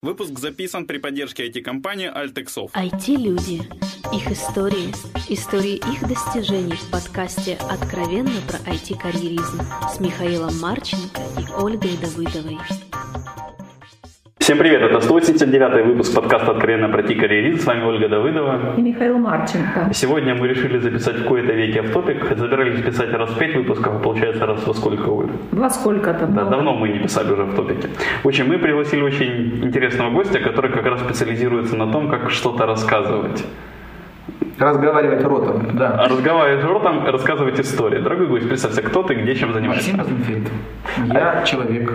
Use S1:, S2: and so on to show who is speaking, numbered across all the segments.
S1: Выпуск записан при поддержке IT-компании Altexov.
S2: IT-люди. Их истории. Истории их достижений в подкасте «Откровенно про IT-карьеризм» с Михаилом Марченко и Ольгой Давыдовой.
S1: Всем привет, это 189-й выпуск подкаста «Откровенно про IT-карьеризм». С вами Ольга Давыдова
S3: и Михаил Марченко.
S1: Сегодня мы решили записать в кои-то веки автопик. Забирались писать раз в 5 выпусков, а получается раз во сколько, Оль?
S3: Во сколько-то.
S1: Да, давно мы не писали уже автопики. В общем, мы пригласили очень интересного гостя, который как раз специализируется на том, как что-то рассказывать.
S4: Разговаривать ротом, да.
S1: Разговаривать ротом, рассказывать истории. Дорогой гость, представься, кто ты, где, чем занимаешься?
S4: Максим Розенфельд. Я человек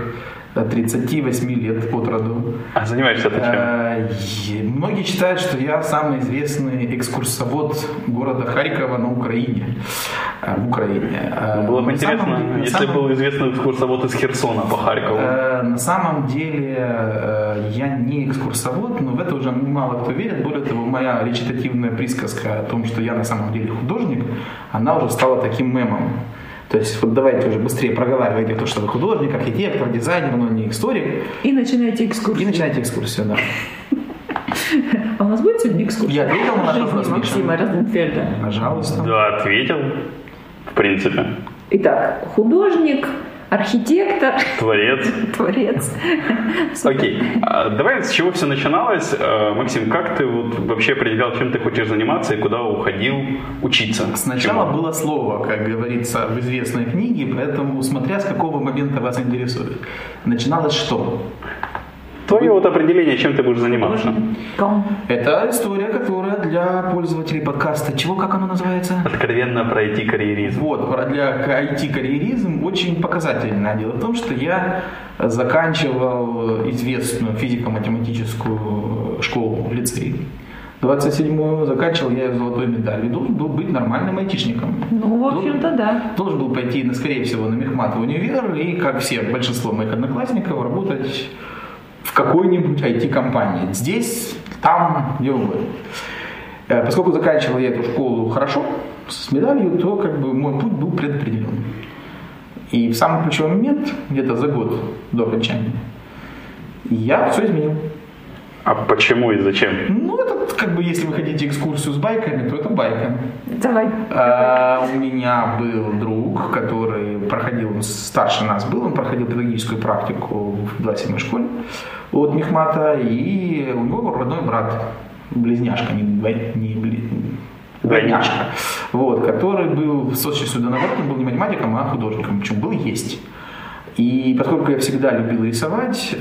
S4: 38 лет от роду.
S1: А занимаешься ты чем?
S4: Многие считают, что я самый известный экскурсовод города Харькова на Украине. В Украине.
S1: Было бы интересно, если был известный экскурсовод из Херсона по Харькову.
S4: На самом деле я не экскурсовод, но в это уже мало кто верит. Более того, моя речитативная присказка о том, что я на самом деле художник, она уже стала таким мемом. То есть вот давайте уже быстрее проговаривайте то, что вы художник, архитектор, дизайнер, но не историк.
S3: И начинайте экскурсию.
S4: Да.
S3: А у нас будет сегодня экскурсия?
S4: Я ответил на ваш вопрос,
S3: Максима Розенфельда.
S4: Пожалуйста.
S1: Да, ответил. В принципе.
S3: Итак, художник, архитектор. Творец.
S1: Окей. Давай с чего все начиналось. Максим, как ты вот вообще определял, чем ты хочешь заниматься и куда уходил учиться?
S4: Сначала было слово, как говорится в известной книге, поэтому смотря с какого момента вас интересует. Начиналось что?
S1: Твое вот определение, чем ты будешь заниматься.
S4: Это история, которая для пользователей подкаста. Чего, как оно называется?
S1: Откровенно про IT-карьеризм.
S4: Вот, для IT-карьеризм очень показательное. Дело в том, что я заканчивал известную физико-математическую школу в лицее. 27-ю заканчивал я золотой медалью. Должен был быть нормальным айтишником.
S3: Ну, в общем-то, да.
S4: Должен был пойти, скорее всего, на мехмат в универ и, как все, большинство моих одноклассников, работать в какой-нибудь IT-компании. Здесь, там, где угодно. Поскольку заканчивал я эту школу хорошо, с медалью, то как бы мой путь был предопределен. И в самый ключевой момент, где-то за год до окончания, я все изменил.
S1: А почему и зачем?
S4: Ну, это как бы, если вы хотите экскурсию с байками, то это байка.
S3: Давай.
S4: У меня был друг, который проходил, старше нас был, он проходил педагогическую практику в 27-й школе от мехмата, и у него родной брат, близняшка, двойняшка, вот, который был в Сочи судонаворотом, был не математиком, а художником, причем был есть. И поскольку я всегда любил рисовать,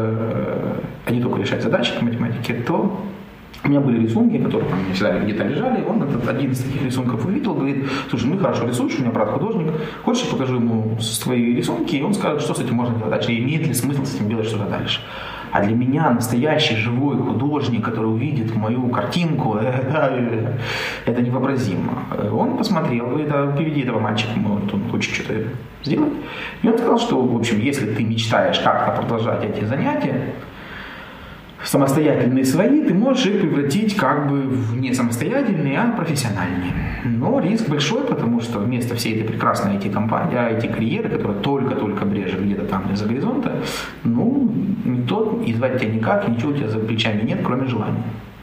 S4: а не только решать задачи по математике, то у меня были рисунки, которые там всегда где-то лежали. Он один из таких рисунков увидел, говорит: слушай, ну хорошо рисуешь, у меня брат художник, хочешь, я покажу ему свои рисунки, и он скажет, что с этим можно делать дальше, и имеет ли смысл с этим делать что-то дальше. А для меня настоящий живой художник, который увидит мою картинку, это невообразимо. Он посмотрел, говорит: а приведи этого мальчика, может, он хочет что-то сделать. И он сказал, что, в общем, если ты мечтаешь как-то продолжать эти занятия, самостоятельные свои, ты можешь их превратить как бы в не самостоятельные, а профессиональные. Но риск большой, потому что вместо всей этой прекрасной IT-компании, IT-карьеры, которая только-только брежет где-то там за горизонта, ну, никто и звать тебя никак, ничего у тебя за плечами нет, кроме желания.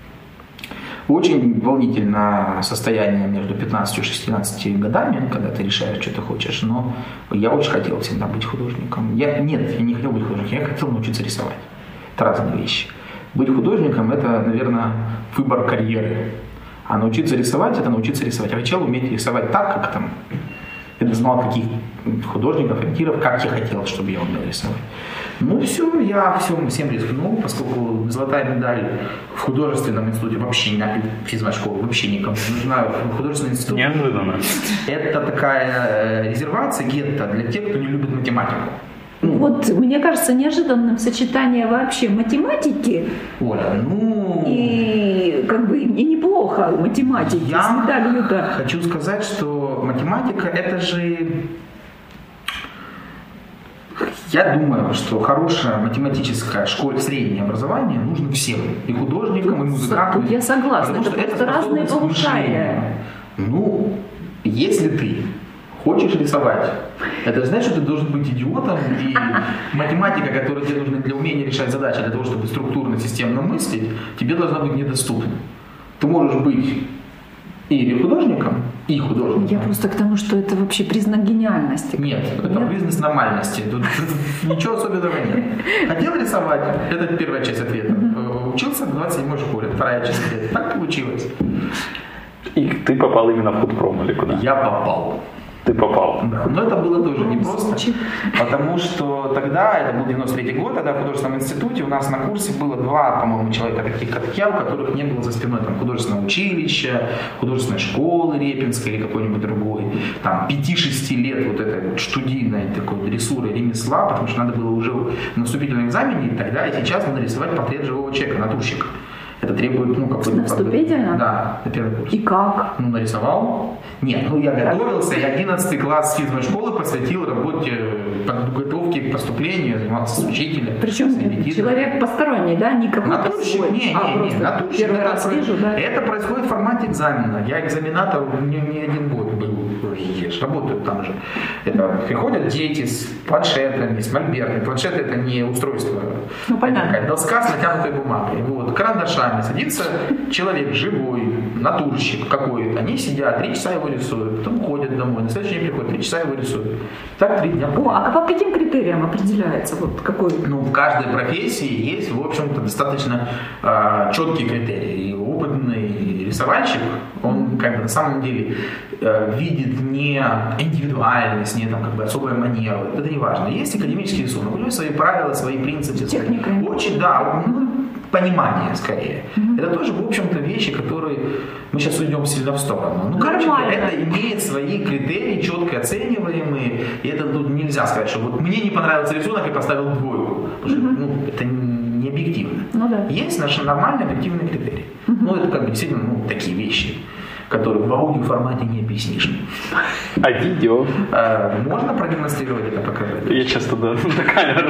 S4: Очень волнительное состояние между 15 и 16 годами, когда ты решаешь, что ты хочешь, но я очень хотел всегда быть художником. Я не хотел быть художником, я хотел научиться рисовать. Это разные вещи. Быть художником – это, наверное, выбор карьеры. А научиться рисовать – это научиться рисовать. Я хотел уметь рисовать так, как там. Я знал, каких художников, ориентиров, как я хотел, чтобы я умел рисовать. Ну все, я всем рискнул, поскольку золотая медаль в художественном институте вообще, физмат-школы вообще никому не нужна. Художественный институт –
S1: неожиданно.
S4: Это такая резервация, гетто для тех, кто не любит математику.
S3: Вот, мне кажется, неожиданным сочетание вообще математики,
S4: Оля,
S3: и как бы и неплохо математики.
S4: Я хочу сказать, что математика – это же… Я думаю, что хорошее математическое среднее образование нужно всем, и художникам, и музыкантам.
S3: Я согласна, это просто разные полушария.
S4: Ну, если ты Хочешь рисовать? Это значит, что ты должен быть идиотом, и математика, которая тебе нужна для умения решать задачи, для того, чтобы структурно, системно мыслить, тебе должна быть недоступна. Ты можешь быть или художником, и художником.
S3: Я просто к тому, что это вообще признак гениальности.
S4: Нет, это признак нормальности. Тут ничего особенного нет. Хотел рисовать? Это первая часть ответа. Учился в 27-й школе, вторая часть ответа. Так получилось.
S1: И ты попал именно в худпром или куда?
S4: Я попал.
S1: Ты попал.
S4: Да. Но это было тоже непросто, потому что тогда, это был 93-й год, тогда в художественном институте у нас на курсе было 2, по-моему, человека таких, как я, у которых не было за спиной там художественного училища, художественной школы Репинской или какой-нибудь другой, там 5-6 лет вот этой вот студийной такой дрессуры, ремесла, потому что надо было уже на вступительном экзамене тогда и сейчас нарисовать портрет живого человека, натурщика. Это требует, какой-то...
S3: На вступительном?
S4: Да, на первый курс.
S3: И как?
S4: Нарисовал. Нет, я готовился, я 11 класс физной школы посвятил работе подготовки к поступлению, занимался с учителем.
S3: Причем человек посторонний, да? Не какой-то свой,
S4: натурщик.
S3: Первый раз вижу, да?
S4: Это происходит в формате экзамена. Я экзаменатор не один год был. Работаю там же. Это приходят дети с планшетами, с мольбертами. Планшет это не устройство.
S3: Понятно.
S4: Такая доска с натянутой бумагой. Вот, карандашами. Садится человек живой, натурщик какой-то. Они сидят, 3 часа его рисуют, потом уходят домой. На следующий день приходят, 3 часа его рисуют. Так 3 дня.
S3: А по каким критериям определяется? Вот какой?
S4: В каждой профессии есть, в общем-то, достаточно четкие критерии. И опытный рисовальщик, он на самом деле видит не индивидуальность, не особая манера. Это не важно. Есть академический рисунок, у него свои правила, свои принципы.
S3: Техника.
S4: Очень, понимание скорее. Это тоже, в общем-то, вещи, которые мы сейчас уйдем сильно в сторону. Это имеет свои критерии, четко оцениваемые, и это тут нельзя сказать, что вот мне не понравился рисунок и поставил 2. Потому что, это не объективно. Есть наши нормальные объективные критерии. Это действительно такие вещи, которые в аудиоформате не объяснишь.
S1: А видео?
S4: Можно продемонстрировать это, показать?
S1: Я сейчас туда на камеру.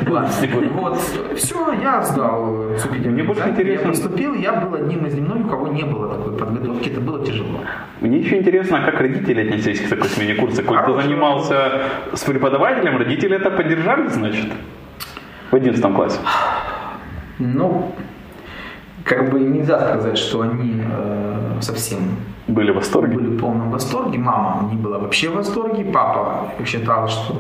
S4: Вот, все, я сдал вступительный.
S1: Мне больше интересно.
S4: Я поступил, я был одним из немногих, у кого не было такой подготовки, это было тяжело.
S1: Мне еще интересно, как родители отнеслись к такой смене курса. Коль ты занимался с преподавателем, родители это поддержали, значит, в 11 классе?
S4: Нельзя сказать, что они совсем
S1: были в восторге.
S4: Были в полном восторге. Мама не была вообще в восторге. Папа считал, что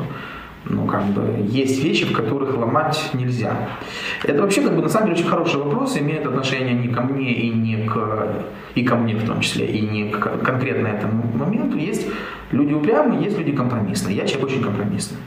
S4: есть вещи, в которых ломать нельзя. Это вообще на самом деле очень хороший вопрос, имеет отношение не ко мне и ко мне в том числе, и не конкретно этому моменту. Есть люди упрямые, есть люди компромиссные. Я человек очень компромиссный.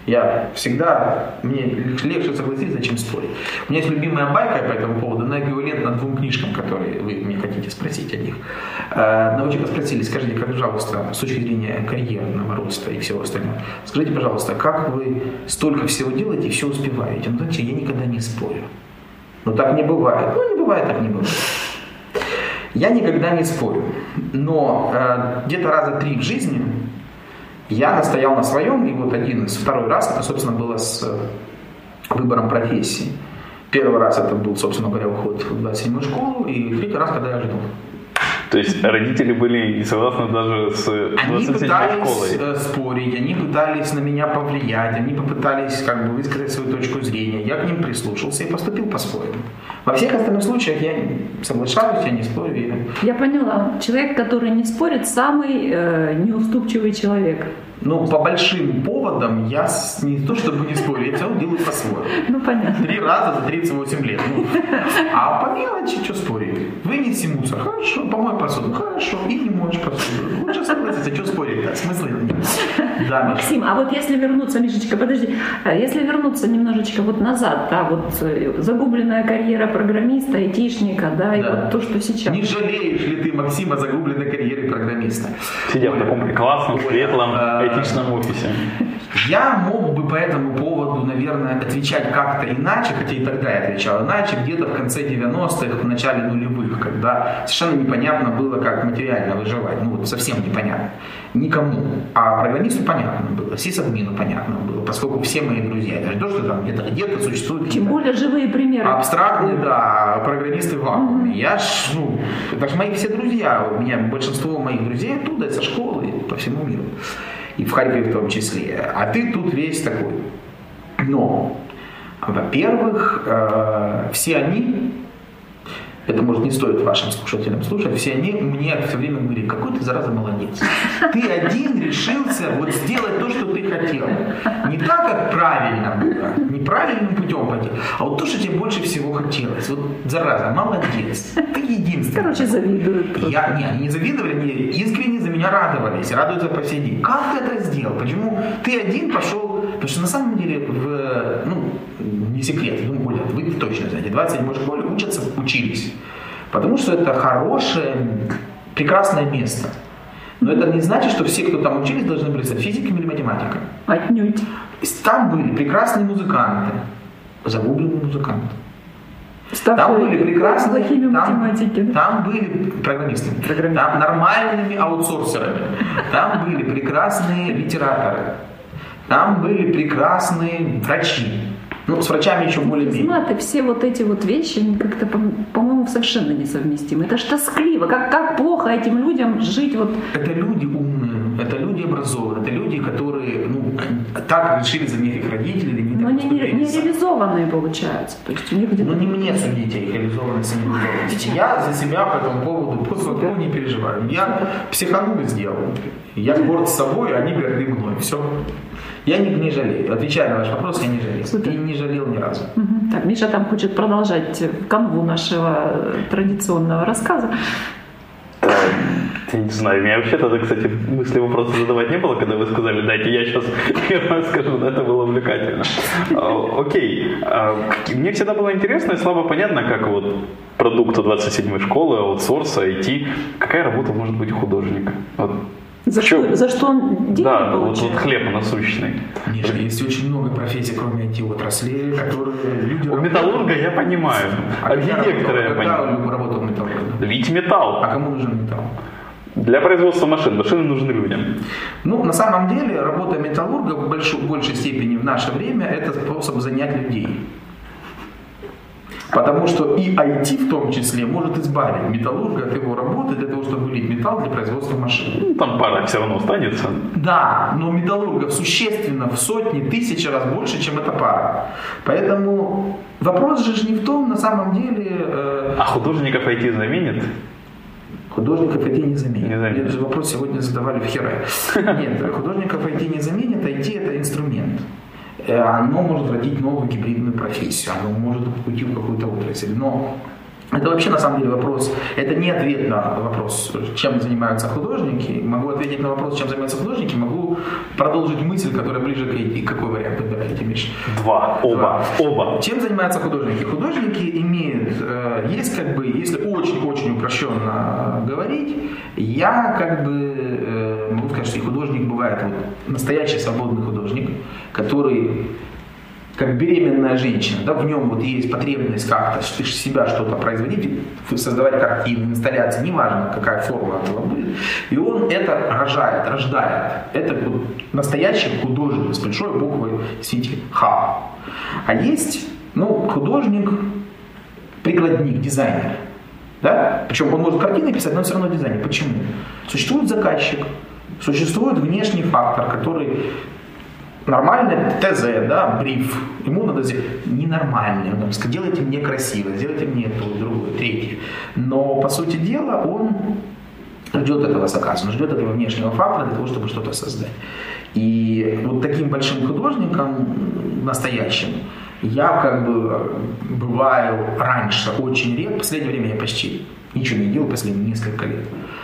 S4: Мне легче согласиться, чем спорить. У меня есть любимая байка по этому поводу, она эквивалентна 2 книжкам, которые вы мне хотите спросить о них. Научника спросили, скажите, как, пожалуйста, с точки зрения карьерного роста и всего остального, скажите, пожалуйста, как вы столько всего делаете и все успеваете? Знаете, я никогда не спорю. Так не бывает. Не бывает, так не бывает. Я никогда не спорю. Но где-то раза 3 в жизни я настоял на своем, и второй раз, это, собственно, было с выбором профессии. Первый раз это был, собственно говоря, уход в 27-ю школу, и 3-й раз, когда я ждал.
S1: То есть родители были не согласны даже с 27-й школой?
S4: Они пытались спорить, они пытались на меня повлиять, они попытались высказать свою точку зрения. Я к ним прислушался и поступил по-своему. Во всех остальных случаях я соглашаюсь, я не спорю.
S3: Я поняла. Человек, который не спорит, самый неуступчивый человек.
S4: По большим поводам я не то чтобы не спорю, я все равно делаю по-своему.
S3: Понятно.
S4: 3 раза за 38 лет. А по мелочи что спорить? Вынеси мусор, хорошо, помой посуду, хорошо, и не моешь посуду. Лучше согласиться, что спорить, смысла нет. Да,
S3: Максим, а вот если вернуться, Мишечка, подожди, если вернуться немножечко назад, загубленная карьера программиста, айтишника, и то, что сейчас.
S4: Не жалеешь ли ты, Максим, о загубленной карьере программиста?
S1: Сидя в таком прекрасном, светлом, айтишном офисе.
S4: Я мог бы по этому поводу, наверное, отвечать как-то иначе, хотя и тогда я отвечал иначе, где-то в конце 90-х, в начале нулевых, когда совершенно непонятно было, как материально выживать. Совсем непонятно. Никому. А программисту понятно было, сисадмину понятно было, поскольку все мои друзья, даже то, что там где-то существуют...
S3: Тем более живые примеры.
S4: Абстрактные, программисты в вакууме. Это же мои все друзья, у меня большинство моих друзей оттуда, со школы, по всему миру. и в Харькове в том числе. А ты тут весь такой. Но, во-первых, все они, это, может, не стоит вашим слушателям слушать, все они мне все время говорили, какой ты, зараза, молодец. Ты один решился вот сделать то, что ты хотел. Не так, как правильно было, не правильным путем пойти, а вот то, что тебе больше всего хотелось. Вот, зараза, молодец. Ты единственный.
S3: Короче, завидуют.
S4: Они не завидовали, они искренне за меня радовались, радуются по сей день. Как ты это сделал? Почему ты один пошел? Потому что на самом деле, не секрет, думаю, Оля, вы точно знаете, 27-й школе учились. Потому что это хорошее, прекрасное место. Но это не значит, что все, кто там учились, должны были стать физиками или математиками.
S3: Отнюдь.
S4: Там были прекрасные музыканты, загубленные музыканты.
S3: Там были прекрасные математики.
S4: Там были программисты. Там нормальными аутсорсерами. Там были прекрасные литераторы. Там были прекрасные врачи. С врачами еще более-менее.
S3: Все вот эти вот вещи, они как-то, по-моему, совершенно несовместимы. Это ж тоскливо. Как плохо этим людям жить вот...
S4: Это люди умные, это люди образованные, это люди, которые так решили за них их родители.
S3: Но они не реализованные получаются. То есть у них где-то...
S4: не мне судить их реализованность и нереализованность. Я за себя по этому поводу не переживаю. Я психанул и сделал. Я горд собой, а они горды мной. Все. Я не жалею. Отвечая на ваш вопрос, я не жалею.
S3: Супер.
S4: И не жалел ни разу.
S3: Так, Миша там хочет продолжать канву нашего традиционного рассказа.
S1: Я не знаю, у меня вообще тогда, кстати, мысли вопросы задавать не было, когда вы сказали, дайте я сейчас расскажу, это было увлекательно. Окей. Мне всегда было интересно и слабо понятно, как вот продукту 27-й школы, аутсорса, IT, какая работа может быть у художника?
S3: За что он деньги получает?
S1: Вот хлеб насущный.
S4: Миша, есть очень много профессий, кроме IT-отрасли, которые люди...
S1: У металлурга я понимаю, архитектора я понимаю.
S4: Какая работа у металлурга?
S1: Лить металл.
S4: А кому нужен металл?
S1: Для производства машин. Машины нужны людям.
S4: На самом деле, работа металлурга в большей степени в наше время – это способ занять людей. Потому что и IT в том числе может избавить металлурга от его работы для того, чтобы лить металл для производства машин.
S1: Там пара все равно останется.
S4: Да, но металлургов существенно в сотни, тысячи раз больше, чем эта пара. Поэтому вопрос же не в том, на самом деле...
S1: А художников IT заменит?
S4: Художников IT не заменит.
S1: Не заменит.
S4: Этот же вопрос сегодня задавали в Хере. Нет, художников IT не заменит, IT это инструмент. Оно может родить новую гибридную профессию, оно может уйти в какую-то отрасль. Но это вообще на самом деле вопрос, это не ответ на вопрос, чем занимаются художники. Могу ответить на вопрос, чем занимаются художники, могу продолжить мысль, которая ближе к IT. Какой вариант выбираете, Миш?
S1: Два. Оба.
S4: Чем занимаются художники? Художники имеют, есть если очень-очень упрощенно говорить, я могу сказать, что и художник бывает настоящий свободный художник, который как беременная женщина, в нем есть потребность как-то себя что-то производить, создавать картины, инсталляции, неважно, какая форма этого будет, и он это рождает. Это настоящий художник с большой буквы, извините, Х. А есть, художник, прикладник, дизайнер. Да? Причем он может картины писать, но он все равно дизайнер. Почему? Существует заказчик, существует внешний фактор, который нормальный ТЗ, бриф. Ему надо сделать ненормальный. Он сказать, делайте мне красиво, сделайте мне то, другое, третье. Но, по сути дела, он ждет этого заказа, он ждет этого внешнего фактора для того, чтобы что-то создать. И таким большим художником, настоящим, я бываю раньше очень редко, в последнее время я почти ничего не делал, последние несколько лет.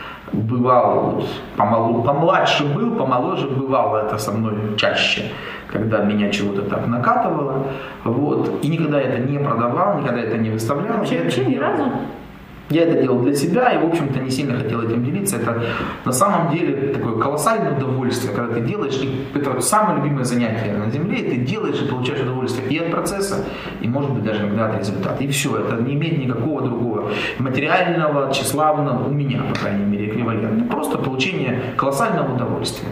S4: Бывал, помладше был, помоложе бывало это со мной чаще, когда меня чего-то так накатывало. И никогда это не продавал, никогда это не выставлял.
S3: Вообще ни разу?
S4: Я это делал для себя и, в общем-то, не сильно хотел этим делиться. Это на самом деле такое колоссальное удовольствие, когда ты делаешь, и это самое любимое занятие на земле, и ты делаешь и получаешь удовольствие и от процесса, и, может быть, даже иногда от результата. И все, это не имеет никакого другого материального, тщеславного, у меня, по крайней мере, эквивалента. Просто получение колоссального удовольствия.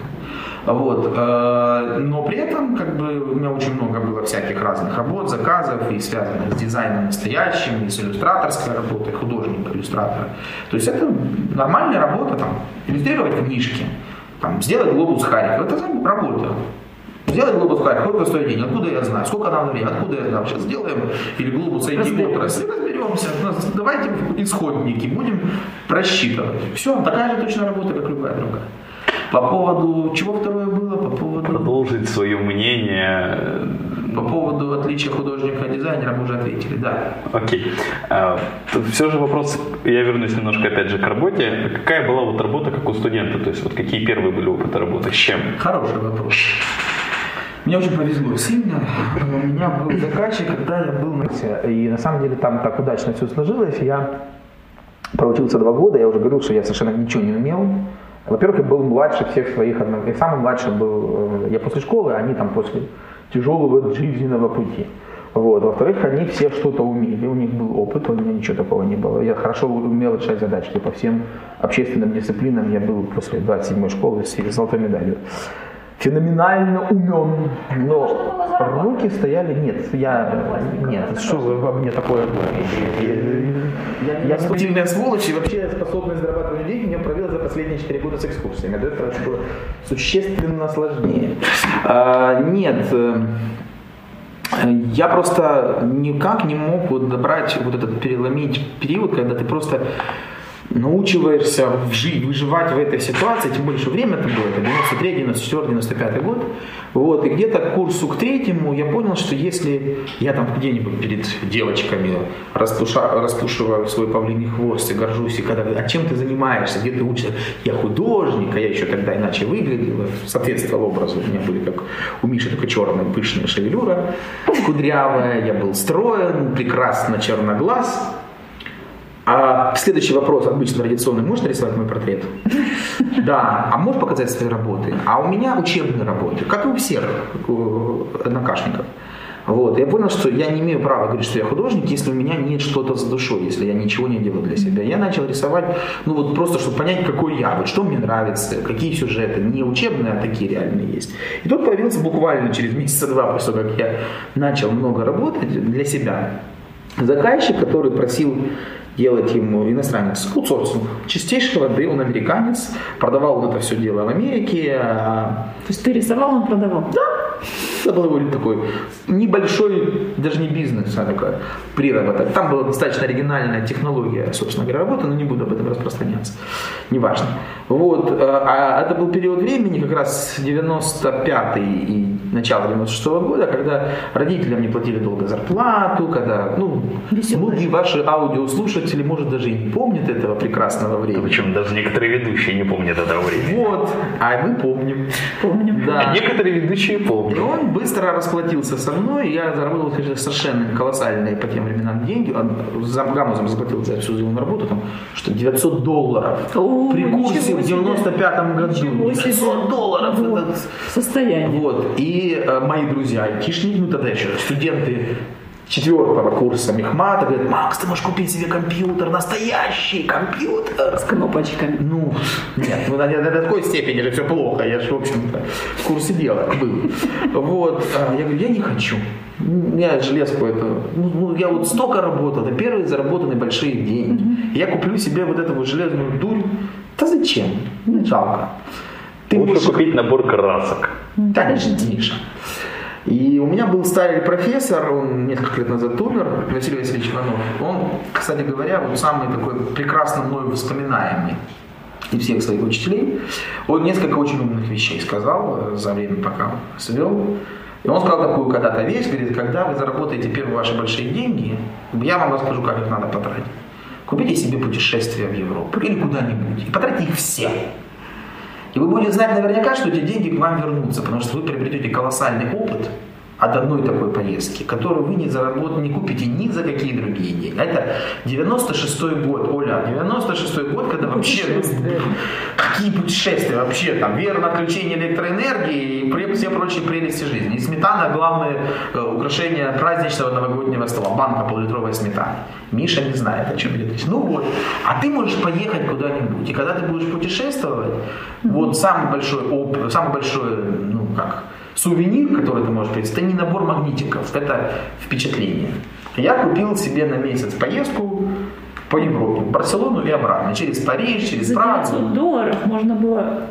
S4: Но при этом у меня очень много было всяких разных работ, заказов, и связанных с дизайном настоящим, и с иллюстраторской работой, художника, иллюстратора. То есть это нормальная работа, иллюстрировать книжки, там, сделай глобус Харькова. Это работа. Сделай глобус Харькова, сколько стоит день, откуда я знаю, сколько нам времени, откуда я знаю. Сейчас сделаем, или глобус IT-отрасль, разберемся. Давайте исходники будем просчитывать. Все, такая же точно работа, как любая другая. По поводу, чего второе было? По поводу...
S1: Продолжить свое мнение.
S4: По поводу отличия художника от дизайнера мы уже ответили, да.
S1: Окей. Все же вопрос, я вернусь немножко опять же к работе. Какая была вот работа как у студента? То есть вот какие первые были опыты работы, с чем?
S4: Хороший вопрос. Мне очень повезло сильно. У меня был заказчик, когда я был на... И на самом деле там так удачно все сложилось. Я проучился 2 года, я уже говорил, что я совершенно ничего не умел. Во-первых, я был младше всех своих одногруппников. Самый младший был я после школы, они там после тяжелого жизненного пути. Вот. Во-вторых, они все что-то умели, у них был опыт, у меня ничего такого не было. Я хорошо умел решать задачи. По всем общественным дисциплинам я был после 27-й школы с золотой медалью. Феноменально умен, но руки стояли, нет, что вы во мне такое? Я студийная сволочь, и вообще способность зарабатывать деньги меня провела за последние 4 года с экскурсиями. До этого было существенно сложнее. Нет, я просто никак не мог вот добрать, вот этот переломить период, когда ты просто научиваешься выживать в этой ситуации, тем более, что время это было, это 93, 94, 95 год. Вот, и где-то к курсу к 3-му я понял, что если я там где-нибудь перед девочками распушиваю свой павлиний хвост и горжусь, и когда, а чем ты занимаешься, где ты учишься, я художник, а я еще тогда иначе выглядел, соответствовал образу, у меня были как у Миши такая черная пышная шевелюра, кудрявая, я был строен, прекрасно черноглаз. А следующий вопрос, обычно традиционный, можешь нарисовать мой портрет? Да. А можешь показать свои работы? А у меня учебные работы, как и у всех однокашников. Вот. Я понял, что я не имею права говорить, что я художник, если у меня нет что-то за душой, если я ничего не делаю для себя. Я начал рисовать, ну вот просто, чтобы понять, какой я, вот что мне нравится, какие сюжеты, не учебные, а такие реальные есть. И тут появился буквально через месяца 2 после того, как я начал много работать для себя, заказчик, который просил делать ему иностранец, аутсорсинг, чистейшей воды, он американец, продавал он это все дело в Америке.
S3: То есть ты рисовал, он продавал?
S4: Да. Это был такой небольшой, даже не бизнес, а такой приработок. Там была достаточно оригинальная технология, собственно говоря, работы, но не буду об этом распространяться. Неважно. Вот. А это был период времени, как раз 95-й и начало 96-го года, когда родителям не платили долго зарплату, когда, многие ваши аудиослушатели, может, даже и не помнят этого прекрасного времени.
S1: Причем даже некоторые ведущие не помнят этого времени.
S4: Вот. А мы помним.
S3: Помним.
S4: Да.
S1: А некоторые ведущие помнят.
S4: И он быстро расплатился со мной, и я заработал, конечно, совершенно колоссальные по тем временам деньги. За Гамузом заплатил за всю свою работу, там, что $900. При курсе в 95-м году. $900 это
S3: состояние.
S4: Вот. И мои друзья, айтишники, тогда еще студенты 4-го курса Мехмата говорят: Макс, ты можешь купить себе компьютер, настоящий компьютер.
S3: С кнопочками.
S4: Нет, до такой степени же все плохо. Я же, в общем-то, в курсе дела был. Вот. Я говорю, я не хочу. Я железку эту... я вот столько работал, это первые заработанные большие деньги. Я куплю себе вот эту вот железную дурь. Да зачем? Не жалко.
S1: Ты можешь купить набор красок.
S4: Конечно, Миша. И у меня был старый профессор, он несколько лет назад умер, Василий Васильевич Иванов. Он, кстати говоря, вот самый такой прекрасно мною вспоминаемый из всех своих учителей. Он несколько очень умных вещей сказал за время, пока свел. И он сказал такую когда-то вещь, говорит: когда вы заработаете первые ваши большие деньги, я вам расскажу, как их надо потратить. Купите себе путешествие в Европу или куда-нибудь и потратьте их все. И вы будете знать наверняка, что эти деньги к вам вернутся, потому что вы приобретете колоссальный опыт от одной такой поездки, которую вы не купите ни за какие другие деньги. Это 96-й год, Оля, 96-й год, когда вообще, какие путешествия вообще, там, вера на отключение электроэнергии и все прочие прелести жизни. И сметана — главное украшение праздничного новогоднего стола, банка пол-литровой сметаны. Миша не знает, о чем идет речь. Вот, а ты можешь поехать куда-нибудь, и когда ты будешь путешествовать, вот самый большой, сувенир, который ты можешь принести, это не набор магнитиков, это впечатление. Я купил себе на месяц поездку по Европе, в Барселону и обратно, через Париж, через Прагу.
S3: $900 можно было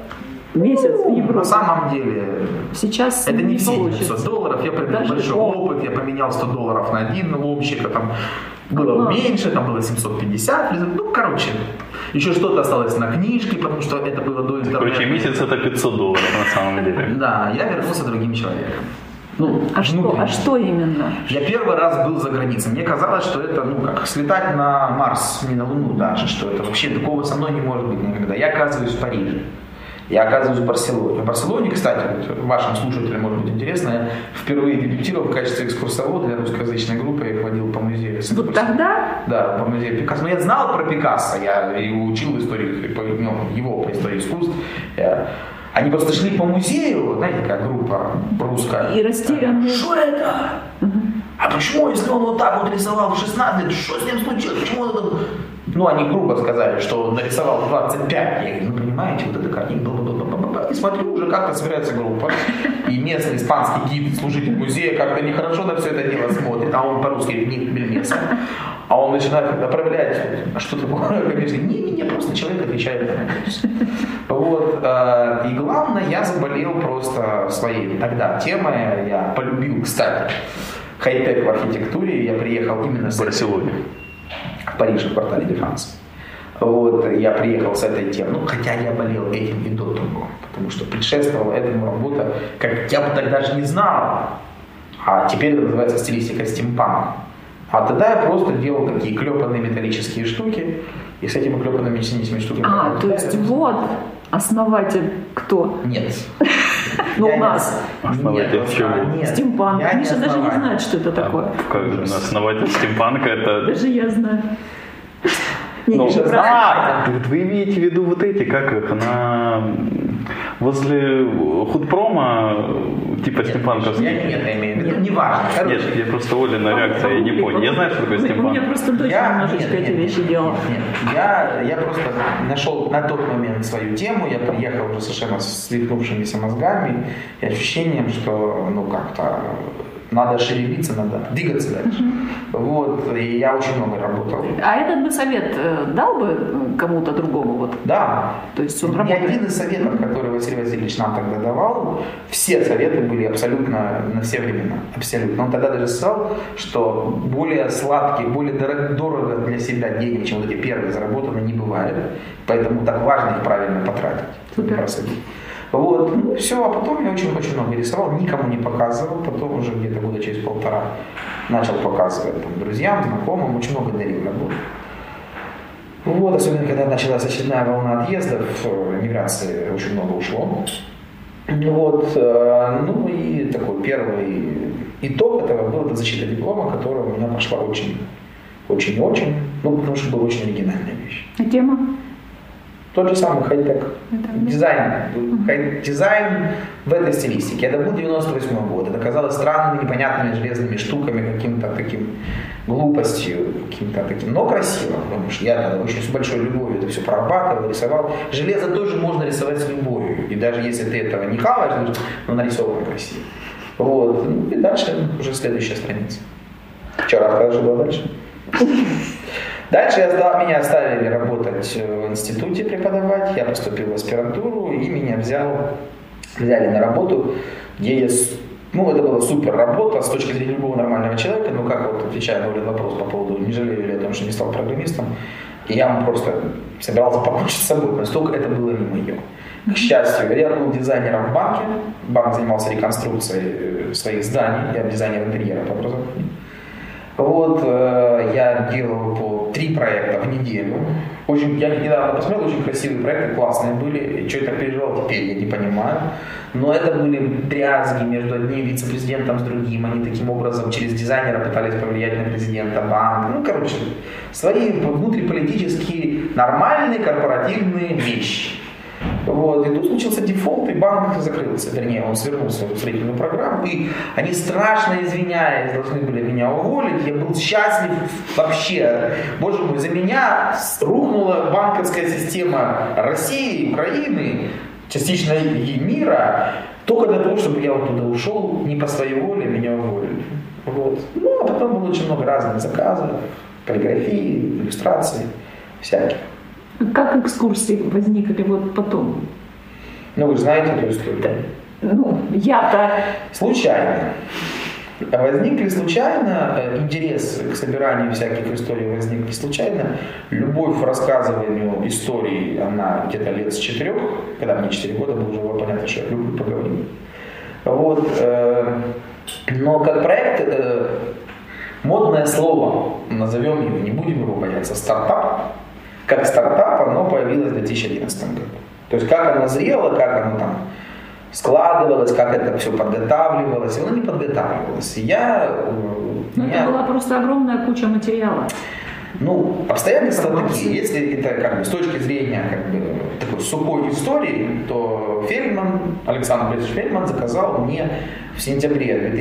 S3: месяц в Европе.
S4: На самом деле,
S3: сейчас
S4: это не все
S3: получится.
S4: $900. Я приобрел
S3: Даже
S4: большой опыт, я поменял $100 на один ломщика, там было меньше, там было 750. Ну, короче, еще что-то осталось на книжке, потому что это было до интернета.
S1: Короче, месяц это $500 на самом деле.
S4: Да, я вернулся другим человеком. Ну,
S3: а что именно?
S4: Я первый раз был за границей. Мне казалось, что это, как слетать на Марс, не на Луну даже, что это вообще такого со мной не может быть никогда. Я оказываюсь в Париже. Я оказываюсь в Барселоне. В Барселоне, кстати, вашим слушателям может быть интересно, я впервые дебютировал в качестве экскурсовода для русскоязычной группы. Я их водил по музею.
S3: Вот тогда?
S4: Да, по музею Пикассо. Но я знал про Пикассо, я его учил историю, его по истории искусств. Они просто шли по музею, знаете, как группа русская.
S3: И растерянные.
S4: Что это? А почему, если он вот так вот рисовал в 16 лет, что с ним случилось? Почему он это... Они грубо сказали, что он нарисовал в 25. Я говорю, понимаете, вот это картинка. И смотрю, уже как-то собирается группа. И местный испанский гид, служитель музея, как-то нехорошо на все это дело смотрит. А он по-русски говорит, нет, бельмеса. А он начинает направлять, что такое, конечно, не, просто человек отвечает на вопрос. Вот. И главное, я заболел просто своей тогда темой. Я полюбил, кстати, хай-тек в архитектуре. Я приехал именно
S1: в Барселоне.
S4: В Париже, в квартале Дефранс. Вот, я приехал с этой темой, хотя я болел этим и до того, потому что предшествовала этому работа, как я бы тогда даже не знал, а теперь это называется стилистика стимпанк. А тогда я просто делал такие клепанные металлические штуки, и с этими клепанными металлическими штуками...
S3: то есть вот основатель кто?
S4: Нет.
S3: У нас.
S1: Основатель чего?
S3: Стимпанк. Миша даже не знает, что это такое.
S1: Как же, основатель стимпанка это...
S3: Даже я знаю.
S1: Вы имеете в виду вот эти, как их, возле худпрома, типа стимпанковский?
S4: Нет, я имею в виду, не важно.
S1: Нет, я просто Олина реакция, я не понял. Я знаю, что такое стимпанк.
S3: У меня просто дочь немножечко эти вещи делала.
S4: Нет, я просто нашел на тот момент свою тему, я приехал уже совершенно с свихнувшимися мозгами и ощущением, что, как-то... Надо шевелиться, надо двигаться дальше. Вот, и я очень много работал.
S3: А этот бы совет дал бы кому-то другому? Вот?
S4: Да.
S3: То есть он
S4: работает. Ни один из советов, который Василий Васильевич нам тогда давал, все советы были абсолютно на все времена. Абсолютно. Он тогда даже сказал, что более сладких, более дорого для себя денег, чем вот эти первые заработанные, не бывает. Поэтому так важно их правильно потратить.
S3: Супер.
S4: Вот, все, а потом я очень много рисовал, никому не показывал, потом уже где-то года через 1,5 начал показывать друзьям, знакомым, очень много дарил работу. Вот, особенно когда началась очередная волна отъездов, эмиграции очень много ушло. Вот, и такой первый итог этого был это защита диплома, которая у меня пошла очень-очень, потому что была очень оригинальная вещь.
S3: А тема?
S4: Тот же самый хай-тек. Дизайн. Дизайн в этой стилистике. Это был 98 год. Это казалось странными, непонятными железными штуками, каким-то таким глупостью, каким-то таким, но красиво. Потому что я тогда очень с большой любовью это все прорабатывал, рисовал. Железо тоже можно рисовать с любовью. И даже если ты этого не хаваешь, но нарисовано красиво. Вот. И дальше уже следующая страница. Вчера рассказал, что было дальше? Дальше меня оставили работать в институте преподавать, я поступил в аспирантуру и меня взяли на работу, где я, это была супер работа с точки зрения любого нормального человека, как отвечая на вопрос по поводу, не жалею ли о том, что не стал программистом, и я просто собирался покончить с собой, настолько это было не мое. К счастью, я был дизайнером в банке, банк занимался реконструкцией своих зданий, я дизайнер интерьера по образованию. Вот, я делал по 3 проекта в неделю. Я недавно посмотрел, очень красивые проекты, классные были. Что я так переживал, теперь я не понимаю. Но это были дрязги между одним вице-президентом с другим. Они таким образом через дизайнера пытались повлиять на президента банка. Свои внутриполитические нормальные корпоративные вещи. Вот. И тут случился дефолт, и банк закрылся. Вернее, он свернул свою строительную программу. И они, страшно извиняясь, должны были меня уволить. Я был счастлив вообще. Боже мой, за меня рухнула банковская система России, Украины, частично и мира, только для того, чтобы я оттуда ушел, не по своей воле меня уволили. Вот. А потом было очень много разных заказов, каллиграфии, иллюстраций, всяких.
S3: Как экскурсии возникли потом?
S4: Ну, вы же знаете эту историю.
S3: Ну, я-то...
S4: Случайно. Возникли случайно, интерес к собиранию всяких историй возник не случайно. Любовь к рассказыванию историй, она где-то лет с 4, когда мне 4 года было, уже было понятно, что я люблю поговорить. Вот. Но как проект, модное слово, назовем его, не будем его бояться, стартап. Как стартап оно появилось в 2011 году. То есть как оно зрело, как оно там складывалось, как это все подготавливалось. Оно не подготавливалось.
S3: Это была просто огромная куча материала.
S4: Ну, обстоятельства такие. Если это как бы с точки зрения как бы такой сухой истории, то Александр Борисович Фельдман заказал мне в сентябре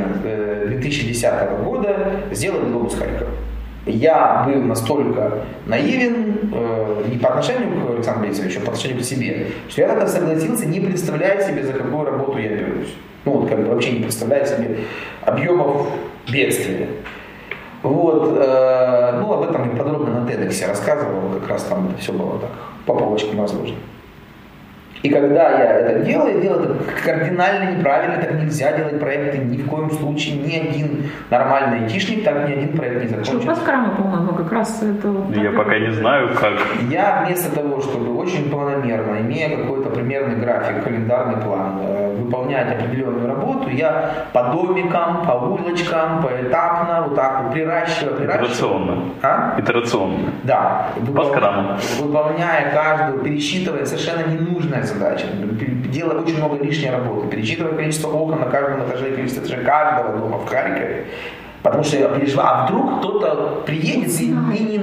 S4: 2010 года сделать глобус Харькова. Я был настолько наивен, не по отношению к Александру Борисовичу, а по отношению к себе, что я тогда согласился, не представляя себе, за какую работу я берусь. Ну, вот как бы вообще не представляя себе объемов бедствия. Вот, ну, об этом я подробно на TEDx рассказывал, как раз там это все было так, по полочкам разложено. И когда я это делал это кардинально неправильно, так нельзя делать проекты ни в коем случае. Ни один нормальный айтишник так ни один проект не закончил.
S3: Что, Паскрама, по-моему, как раз это... Вот
S1: я пока не знаю, как.
S4: Я вместо того, чтобы очень планомерно, имея какой-то примерный график, календарный план, выполнять определенную работу, я по домикам, по улочкам, поэтапно, вот так вот приращиваю.
S1: Итерационно. Итерационно.
S4: Да.
S1: Паскрама.
S4: Выполняя каждую, пересчитывая совершенно ненужное задача. Делая очень много лишней работы. Перечитывая количество окон на каждом этаже, количество этажей каждого дома в Харькове. Потому что я переживал, а вдруг кто-то приедет и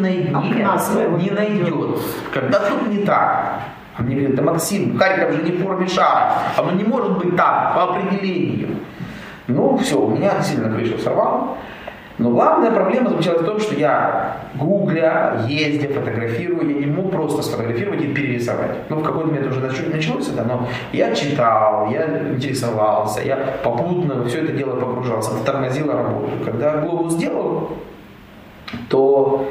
S4: не найдет. Когда тут не так. А мне говорят, да Максим, Харьков же не в форме шара. Оно не может быть так, по определению. Ну все, у меня сильно крышу сорвало. Но главная проблема заключалась в том, что я, гугля, ездя, фотографирую, я не мог просто сфотографировать и перерисовать. Ну, в какой-то момент уже началось это, но я читал, я интересовался, я попутно все это дело погружался, тормозила работу. Когда глобус сделал, то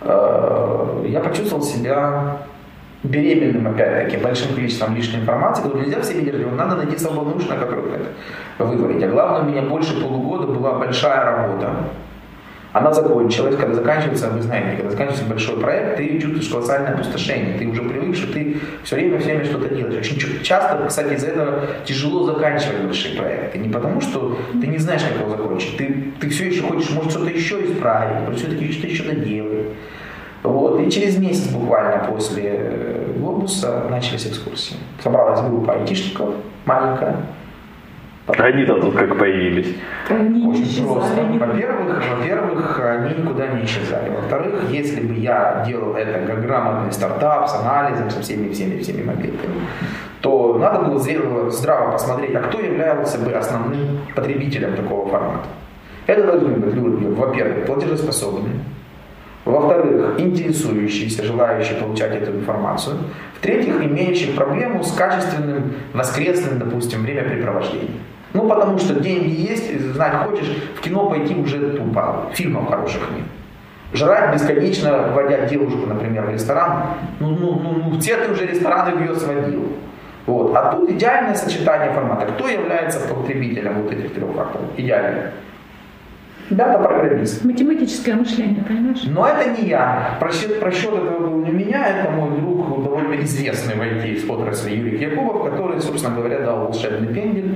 S4: я почувствовал себя беременным, опять-таки, большим количеством лишней информации, которую нельзя в себе держать, надо найти самое нужное, которое это вывалить. А главное, у меня больше полугода была большая работа. Она закончилась, когда заканчивается, вы знаете, когда заканчивается большой проект, ты чувствуешь колоссальное опустошение, ты уже привык, что ты все время что-то делаешь. Очень часто, кстати, из-за этого тяжело заканчивать большие проекты. Не потому, что ты не знаешь, как его закончить, ты все еще хочешь, может, что-то еще исправить, может, все-таки что-то еще доделать. Вот. И через месяц буквально после глобуса начались экскурсии. Собралась группа айтишников, маленькая.
S1: Они-то тут как появились.
S4: Очень просто. Во-первых, они никуда не исчезали. Во-вторых, если бы я делал это как грамотный стартап с анализом, со всеми моментами, то надо было здраво посмотреть, а кто являлся бы основным потребителем такого формата. Это должны быть люди, во-первых, платежеспособные, во-вторых, интересующиеся, желающие получать эту информацию, в-третьих, имеющие проблему с качественным воскресным, допустим, времяпрепровождением. Ну, потому что деньги есть, знать хочешь, в кино пойти уже тупо, фильмов хороших нет. Жрать бесконечно, вводя девушку, например, в ресторан, все ты уже рестораны в ее сводил. Вот. А тут идеальное сочетание формата. Кто является потребителем вот этих трех факторов? Идеально. Дата-программист.
S3: Математическое мышление, понимаешь?
S4: Но это не я. Просчет этого был не меня, это мой друг, довольно известный в IT-отрасли Юрий Якубов, который, собственно говоря, дал волшебный пендель.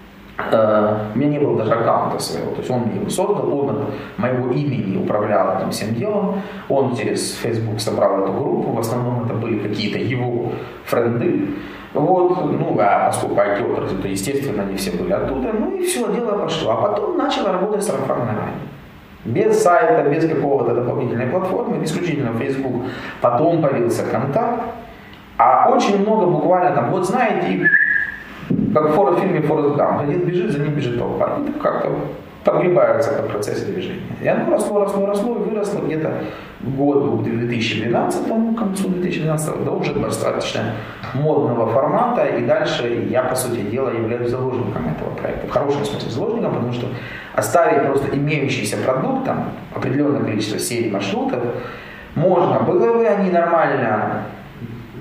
S4: У меня не было даже аккаунта своего, то есть он мне его создал, он от моего имени управлял этим всем делом, он через Facebook собрал эту группу, в основном это были какие-то его френды, вот, а поскольку IT-отрасль, то естественно они все были оттуда, и все, дело пошло, а потом начала работать сарафанное радио. Без сайта, без какого-то дополнительной платформы, исключительно Facebook, потом появился контакт, а очень много буквально там, вот знаете, как в фильме «Форест Гамп». Один бежит, за ним бежит толпа. И так как-то подгребаются в процессе движения. И оно росло и выросло где-то год был в 2012, к концу 2012, да уже достаточно модного формата. И дальше я, по сути дела, являюсь заложником этого проекта. В хорошем смысле заложником, потому что оставить просто имеющийся продукт, там, определенное количество серий маршрутов, можно. Было бы они нормально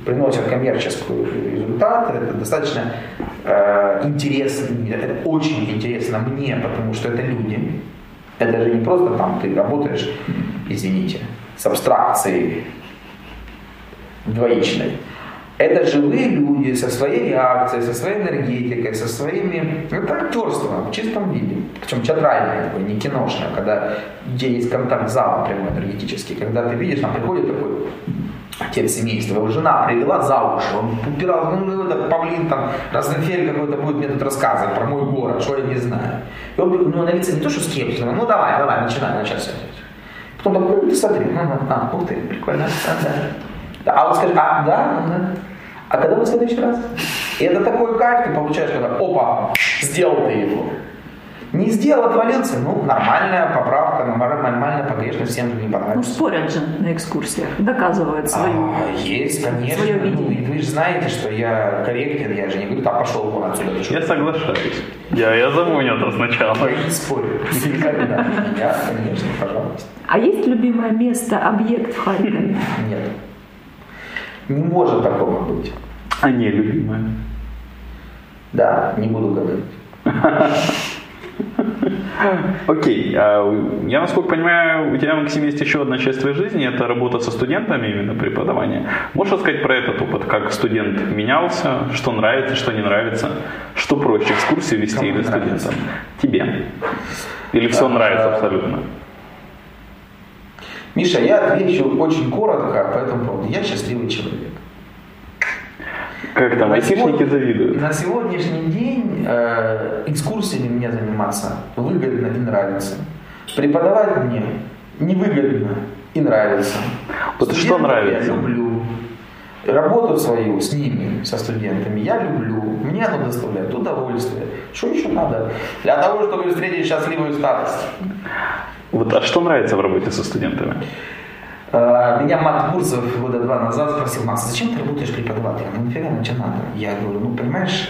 S4: приносят коммерческий результат, это достаточно интересно, это очень интересно мне, потому что это люди. Это же не просто там ты работаешь, извините, с абстракцией двоичной. Это живые люди со своей реакцией, со своей энергетикой, со своими... Это актерство в чистом виде. Причем театральное такое, не киношное, где есть контакт зала прямой энергетический. Когда ты видишь, там приходит такой отец семейства, его жена привела за уши, он упирал, это павлин, там, Розенфельд какой-то будет мне тут рассказывать про мой город, что я не знаю. И он, на лице не то, что скепсис, давай, начинай. Потом такой, ты смотри, ух ты, прикольно, да. А он скажет, да. А когда в следующий раз? И это такой кайф ты получаешь, когда, опа, сделал ты его. Не сделал, отвалился, нормальная поправка, нормальная погрешность, всем же не понравится.
S3: Спорят же на экскурсиях, доказывают свою.
S4: Есть, конечно.
S3: Свое видение.
S4: Вы же знаете, что я корректен, я же не говорю, пошел вон отсюда.
S1: Я соглашаюсь. Я замуню это сначала.
S4: Я не спорю. Никогда. Я, конечно, пожалуйста.
S3: А есть любимое место, объект в Харькове?
S4: Нет. Не может такого быть.
S1: А не любимое?
S4: Да, не буду говорить.
S1: Окей. Я, насколько понимаю, у тебя, Максим, есть еще одна часть твоей жизни, это работа со студентами, именно преподавание. Можешь рассказать про этот опыт, как студент менялся, что нравится, что не нравится, что проще, экскурсии вести или студентам? Тебе. Или все нравится абсолютно?
S4: Миша, я отвечу очень коротко по этому поводу. Я счастливый человек.
S1: Как там, айтишники завидуют?
S4: На сегодняшний день экскурсиями мне заниматься выгодно и нравится. Преподавать мне невыгодно и нравится.
S1: Вот что нравится?
S4: Я люблю. Работу свою с ними, со студентами, я люблю. Мне оно доставляет удовольствие. Что еще надо? Для того, чтобы встретить счастливую старость.
S1: Вот, а что нравится в работе со студентами?
S4: Меня Мат Курцев года 2 назад спросил: Макс, зачем ты работаешь преподавателем? Нафига нам тебе надо? Я говорю, понимаешь,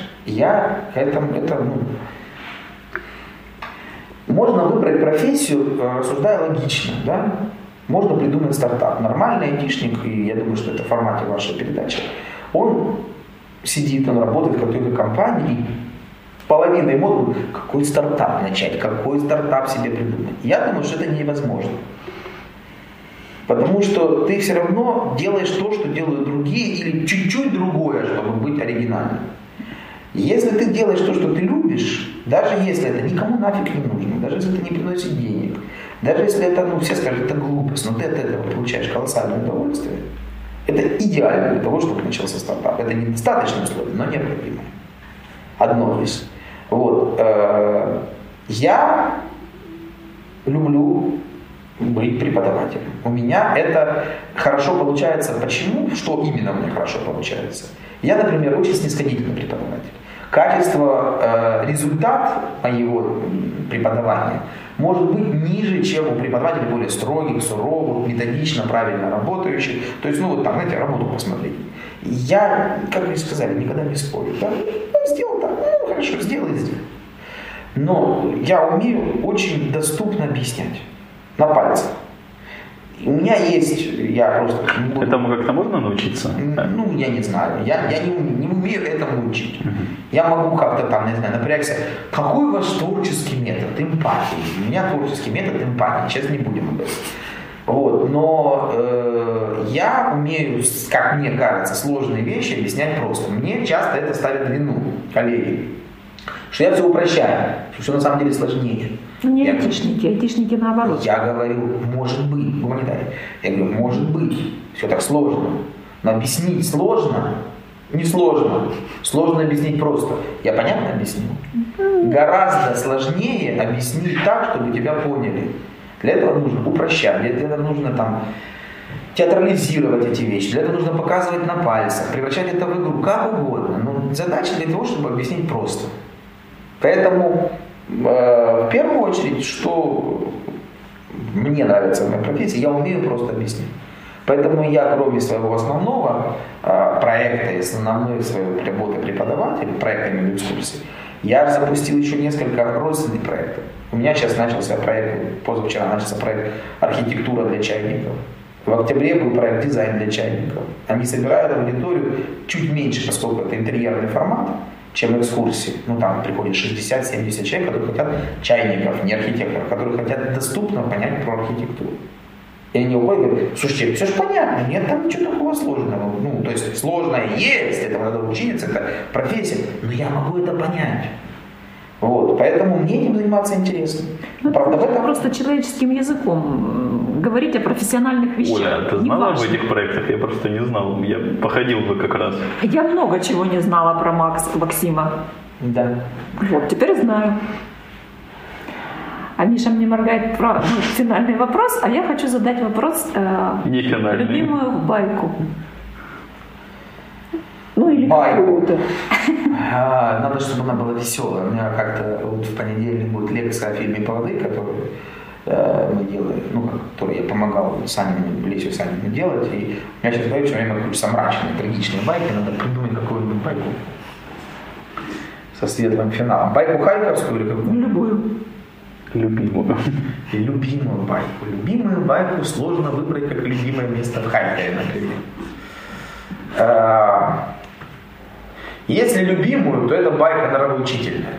S4: можно выбрать профессию, рассуждая логично, да? Можно придумать стартап. Нормальный айтишник, и я думаю, что это в формате вашей передачи, он сидит, он работает в какой-то компании, половиной мозга, какой стартап начать, какой стартап себе придумать. Я думаю, что это невозможно. Потому что ты все равно делаешь то, что делают другие, или чуть-чуть другое, чтобы быть оригинальным. Если ты делаешь то, что ты любишь, даже если это никому нафиг не нужно, даже если это не приносит денег, даже если это, все скажут, это глупость, но ты от этого получаешь колоссальное удовольствие, это идеально для того, чтобы начался стартап. Это недостаточное условие, но необходимое. Одно из. Я люблю быть преподавателем. У меня это хорошо получается. Почему? Что именно у меня хорошо получается? Я, например, очень снисходительный преподаватель. Качество, результат моего преподавания может быть ниже, чем у преподавателей более строгих, суровых, методично, правильно работающих. То есть, работу посмотреть. Я, как вы сказали, никогда не спорю. Да? Сделал так, хорошо, сделай. Но я умею очень доступно объяснять. На пальцах. У меня есть, я просто...
S1: Этому как-то можно научиться?
S4: Я не знаю. Я не умею этому учить. Я могу как-то напрягся. Какой у вас творческий метод? Эмпатии. У меня творческий метод эмпатии. Сейчас не будем об этом. Но я умею, как мне кажется, сложные вещи объяснять просто. Мне часто это ставят в вину коллеги. Что я все упрощаю. Что все на самом деле сложнее.
S3: Не айтишники, айтишники наоборот.
S4: Я говорю, может быть, гуманитарий. Я говорю, может быть, все так сложно. Но объяснить сложно, не сложно. Сложно объяснить просто. Я понятно объяснил? Гораздо сложнее объяснить так, чтобы тебя поняли. Для этого нужно упрощать, для этого нужно театрализировать эти вещи, для этого нужно показывать на пальцах, превращать это в игру, как угодно. Но задача для того, чтобы объяснить просто. Поэтому в первую очередь, что мне нравится в моей профессии, я умею просто объяснить. Поэтому я, кроме своего основного проекта и основной своей работы преподавателя, проектами экскурсий, я запустил еще несколько родственных проектов. У меня сейчас начался проект, позавчера начался проект «Архитектура для чайников». В октябре был проект «Дизайн для чайников». Они собирают аудиторию чуть меньше, поскольку это интерьерный формат, чем экскурсии. Ну, там приходит 60-70 человек, которые хотят чайников, не архитекторов, которые хотят доступно понять про архитектуру. И они уходят и говорят: слушайте, все же понятно, нет там ничего такого сложного. Ну, то есть сложное есть, этому надо учиться, это профессия, но я могу это понять. Вот, поэтому мне этим заниматься интересно.
S3: Ну, правда, это просто человеческим языком говорить о профессиональных вещах.
S1: Оля, ты знала об этих проектах? Я просто не знал. Я походил бы как раз.
S3: Я много чего не знала про Максима.
S4: Да.
S3: Вот, теперь знаю. А Миша мне моргает финальный вопрос, а я хочу задать вопрос любимую байку. Ну или какую-то.
S4: Надо, чтобы она была веселая. У меня как-то вот в понедельник будет лекция о фильме «Плоды», которую мы делаем, которую я помогал Лесю Санину делать. И у меня сейчас в голове все время крутятся мрачные, трагичные байки. Надо придумать какую-нибудь байку со светлым финалом. Байку хайковскую или какую?
S3: Любую.
S1: Любимую.
S4: Любимую байку. Любимую байку сложно выбрать как любимое место в Харькове, например. Если любимую, то это байка нравоучительная.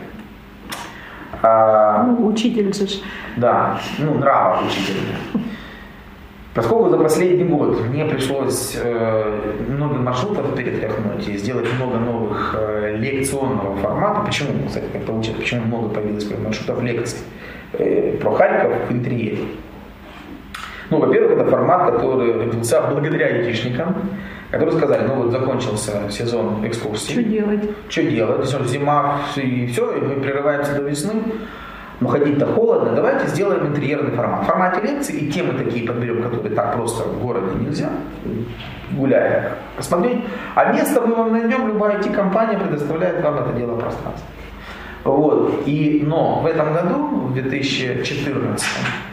S3: Учитель же.
S4: Да, нравоучительная. Поскольку за последний год мне пришлось много маршрутов перетряхнуть и сделать много новых лекционного формата. Почему, кстати, как получилось, почему много появилось маршрутов лекций про Харьков в интерьере? Ну, во-первых, это формат, который родился благодаря айтишникам, которые сказали: ну вот закончился сезон экскурсий. Что делать? Зима и все, и мы прерываемся до весны. Но ходить-то холодно, давайте сделаем интерьерный формат. В формате лекций и темы такие подберем, которые так просто в городе нельзя, гуляя, посмотреть. А место мы вам найдем, любая IT-компания предоставляет вам это дело пространство. Вот. Но в этом году, в 2014,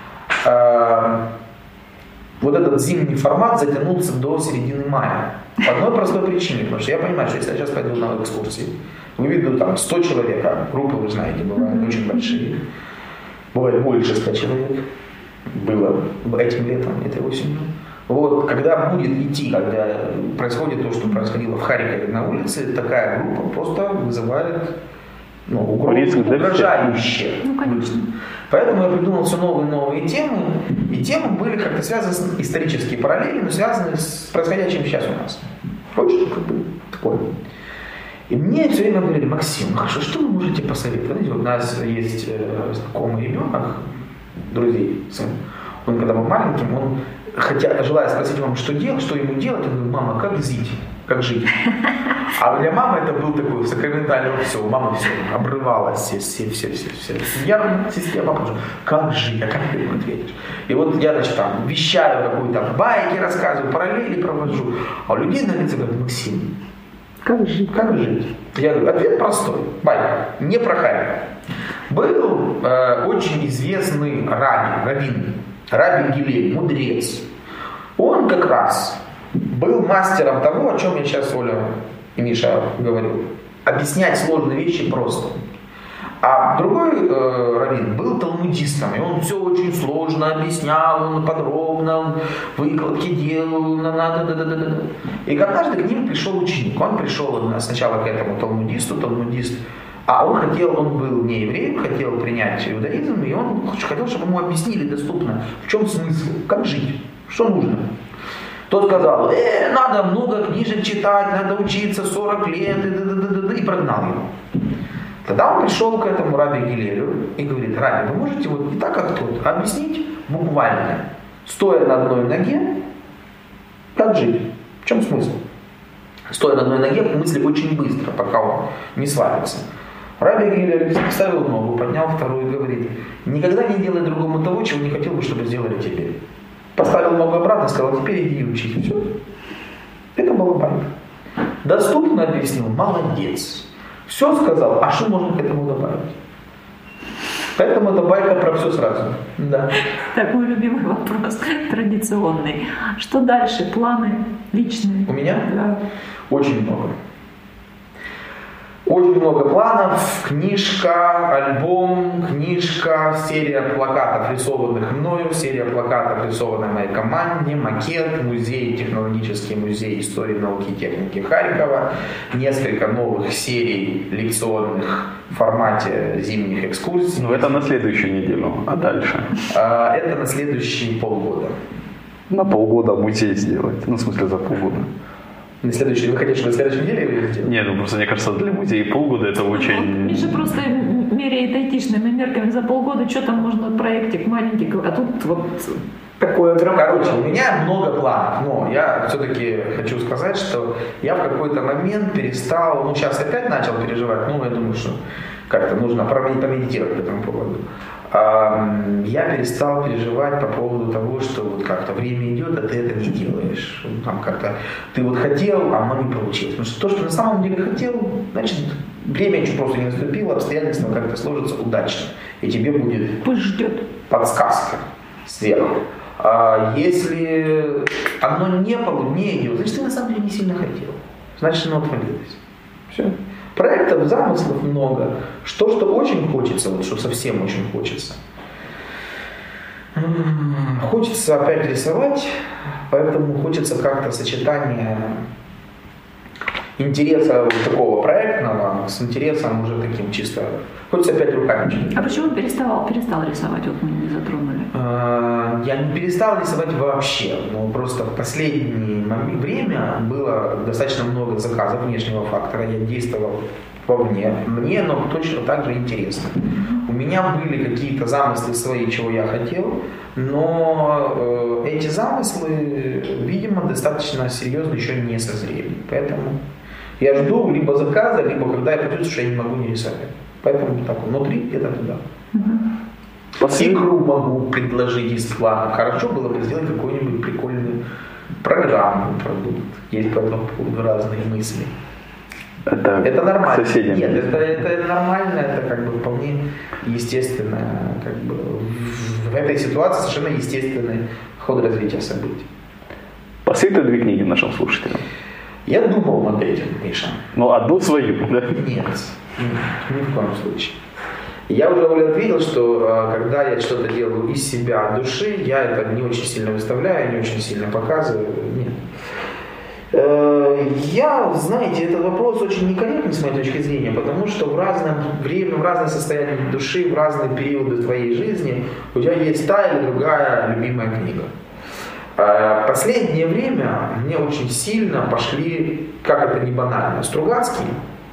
S4: вот этот зимний формат затянулся до середины мая. По одной простой причине, потому что я понимаю, что если я сейчас пойду на экскурсии, выведу там 100 человек, а группы, вы знаете, бывают очень большие, бывает больше 100 человек, было этим летом, этой осенью. Вот, когда будет идти, когда происходит то, что происходило в Харькове на улице, такая группа просто вызывает угрожающие.
S3: Ну, конечно.
S4: Поэтому я придумал все новые и новые темы, и темы были как-то связаны с исторические параллели, но связаны с происходящим сейчас у нас. Хочешь, такое. И мне все время говорили: Максим, хорошо, что вы можете посоветовать? Знаете, вот у нас есть знакомый ребенок, друзей, сын. Он когда был маленьким, желая спросить маму, что делать, что ему делать, он говорит: мама, как жить? А для мамы это был такой сакраментальный все. У мамы все обрывалось, все. Нервная система, как жить, а как ты ему ответишь? И вот я, значит, там вещаю какую-то байки, рассказываю, параллели провожу. А у людей на лице говорят: Максим,
S3: как жить?
S4: Я говорю, ответ простой. Байка, не про Харьков. Был очень известный раввин Гилель, мудрец. Он как раз был мастером того, о чем я сейчас, Оля и Миша, говорю. Объяснять сложные вещи просто. А другой раввин был талмудистом, и он все очень сложно объяснял, он подробно выкладки делал. И однажды к ним пришел ученик. Он пришел сначала к этому талмудист, а он был не евреем, хотел принять иудаизм, и он хотел, чтобы ему объяснили доступно, в чем смысл, как жить, что нужно. Тот сказал: надо много книжек читать, надо учиться 40 лет, и прогнал его. Тогда он пришел к этому Раби Гилелю и говорит: Раби, вы можете вот не так, как тот, объяснить буквально, стоя на одной ноге, как жить, в чем смысл? Стоя на одной ноге, мысли очень быстро, пока он не свалится. Раби Гилель поставил ногу, поднял вторую и говорит: никогда не делай другому того, чего не хотел бы, чтобы сделали тебе. Поставил ногу обратно и сказал: теперь иди учить. Все. Это была байка. Доступно объяснил, молодец. Все сказал, а что можно к этому добавить? Поэтому это байка про все сразу. Да.
S3: Так, мой любимый вопрос, традиционный. Что дальше? Планы личные?
S4: У меня?
S3: Да.
S4: Очень много. Очень много планов, книжка, альбом, книжка, серия плакатов, рисованных мною, серия плакатов, рисованных моей команде, макет, музей, технологический музей истории, науки и техники Харькова, несколько новых серий лекционных в формате зимних экскурсий.
S1: Ну, это на следующую неделю, а дальше?
S4: Это на следующие полгода.
S1: На полгода музей сделать, ну, в смысле, за полгода.
S4: На следующий, вы хотите, чтобы на следующей неделе ее сделать?
S1: Не, ну просто мне кажется, для музея полгода это очень...
S3: Миша просто меряет айтишными мерками за полгода, что там можно проектик маленький, а тут вот такое громадное.
S4: Короче, у меня много планов, но я все-таки хочу сказать, что я в какой-то момент перестал, ну сейчас опять начал переживать, ну я думаю, что как-то нужно помедитировать по этому поводу. Я перестал переживать по поводу того, что вот как-то время идет, а ты это не делаешь. Там как-то ты вот хотел, а оно не получилось. Потому что то, что на самом деле хотел, значит, время еще просто не наступило, обстоятельства как-то сложатся удачно. И тебе будет подсказка сверху. А если оно не идет, значит, ты на самом деле не сильно хотел. Значит, оно отвалилось. Все. Проектов, замыслов много. Что очень хочется, вот что совсем очень хочется. Хочется опять рисовать, поэтому хочется как-то сочетание интереса вот такого проектного с интересом уже таким чисто. Хочется опять руками читать.
S3: А почему перестал рисовать? Вот мы не затронули.
S4: Я не перестал рисовать вообще, но просто в последнее время было достаточно много заказов внешнего фактора. Я действовал вовне. Мне, но точно так же интересно. У меня были какие-то замыслы свои, чего я хотел, но эти замыслы, видимо, достаточно серьезно еще не созрели. Поэтому я жду либо заказа, либо когда я почувствую, что я не могу не рисовать. Поэтому так внутри это туда. Игру могу предложить из плана. Хорошо было бы сделать какую-нибудь прикольную программу, продукт. Есть по этому поводу разные мысли. Это нормально. Нет, это нормально, это как бы вполне естественно, как бы в этой ситуации совершенно естественный ход развития событий.
S1: Посоветуй 2 книги нашим слушателям.
S4: Я думал над этим, Миша.
S1: Ну, одну свою, да?
S4: Нет, ни в коем случае. Я уже ответил, что когда я что-то делаю из себя, от души, я это не очень сильно выставляю, не очень сильно показываю. Нет. Знаете, этот вопрос очень некорректный с моей точки зрения, потому что в разное время, в разное состояние души, в разные периоды твоей жизни у тебя есть та или другая любимая книга. Последнее время мне очень сильно пошли, как это не банально, Стругацкий.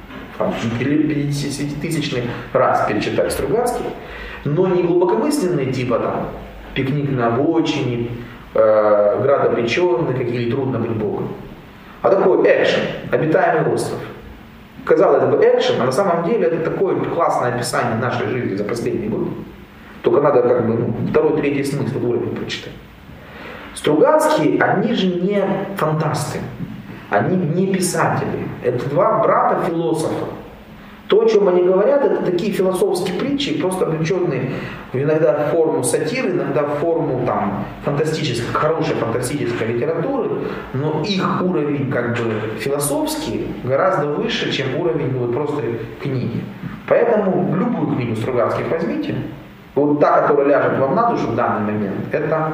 S4: 50-тысячный раз перечитать Стругацкий, но не глубокомысленные типа там «Пикник на обочине», «Град обреченный», какие «Трудно быть Богом», а такой экшен, «Обитаемый остров». Казалось бы, экшен, а на самом деле это такое классное описание нашей жизни за последний год. Только надо как бы второй, третий смысл уровень прочитать. Стругацкие, они же не фантасты. Они не писатели. Это 2 брата-философа. То, о чем они говорят, это такие философские притчи, просто облеченные иногда в форму сатиры, иногда в форму там, фантастической, хорошей фантастической литературы, но их уровень как бы философский гораздо выше, чем уровень просто книги. Поэтому любую книгу Стругацких возьмите, вот та, которая ляжет вам на душу в данный момент, это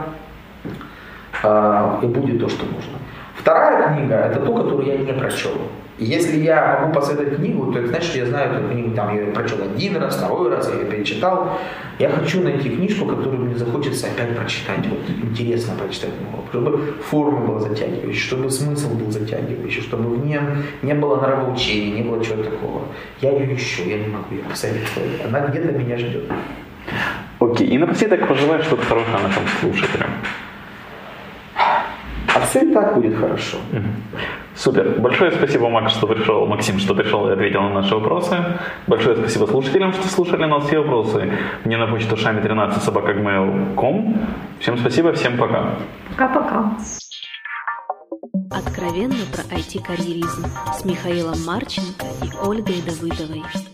S4: и будет то, что нужно. Вторая книга – это ту, которую я не прочел. И если я могу посоветовать книгу, то это значит, что я знаю эту книгу, там, я ее прочел 1 раз, 2 раз, я ее перечитал. Я хочу найти книжку, которую мне захочется опять прочитать. Вот, интересно прочитать, чтобы форма была затягивающая, чтобы смысл был затягивающий, чтобы в нем не было нравоучения, не было чего-то такого. Я ее ищу, я не могу ее посоветовать. Она где-то меня ждет.
S1: Окей, и напоследок пожелаю что-то хорошее нашим слушателям.
S4: А все и так будет хорошо.
S1: Супер. Большое спасибо, Максим, что пришел и ответил на наши вопросы. Большое спасибо слушателям, что слушали нас все вопросы. Мне на почту shami13@gmail.com. Всем спасибо, всем пока.
S3: Пока-пока.
S2: Откровенно про IT-карьеризм с Михаилом Марченко и Ольгой Давыдовой.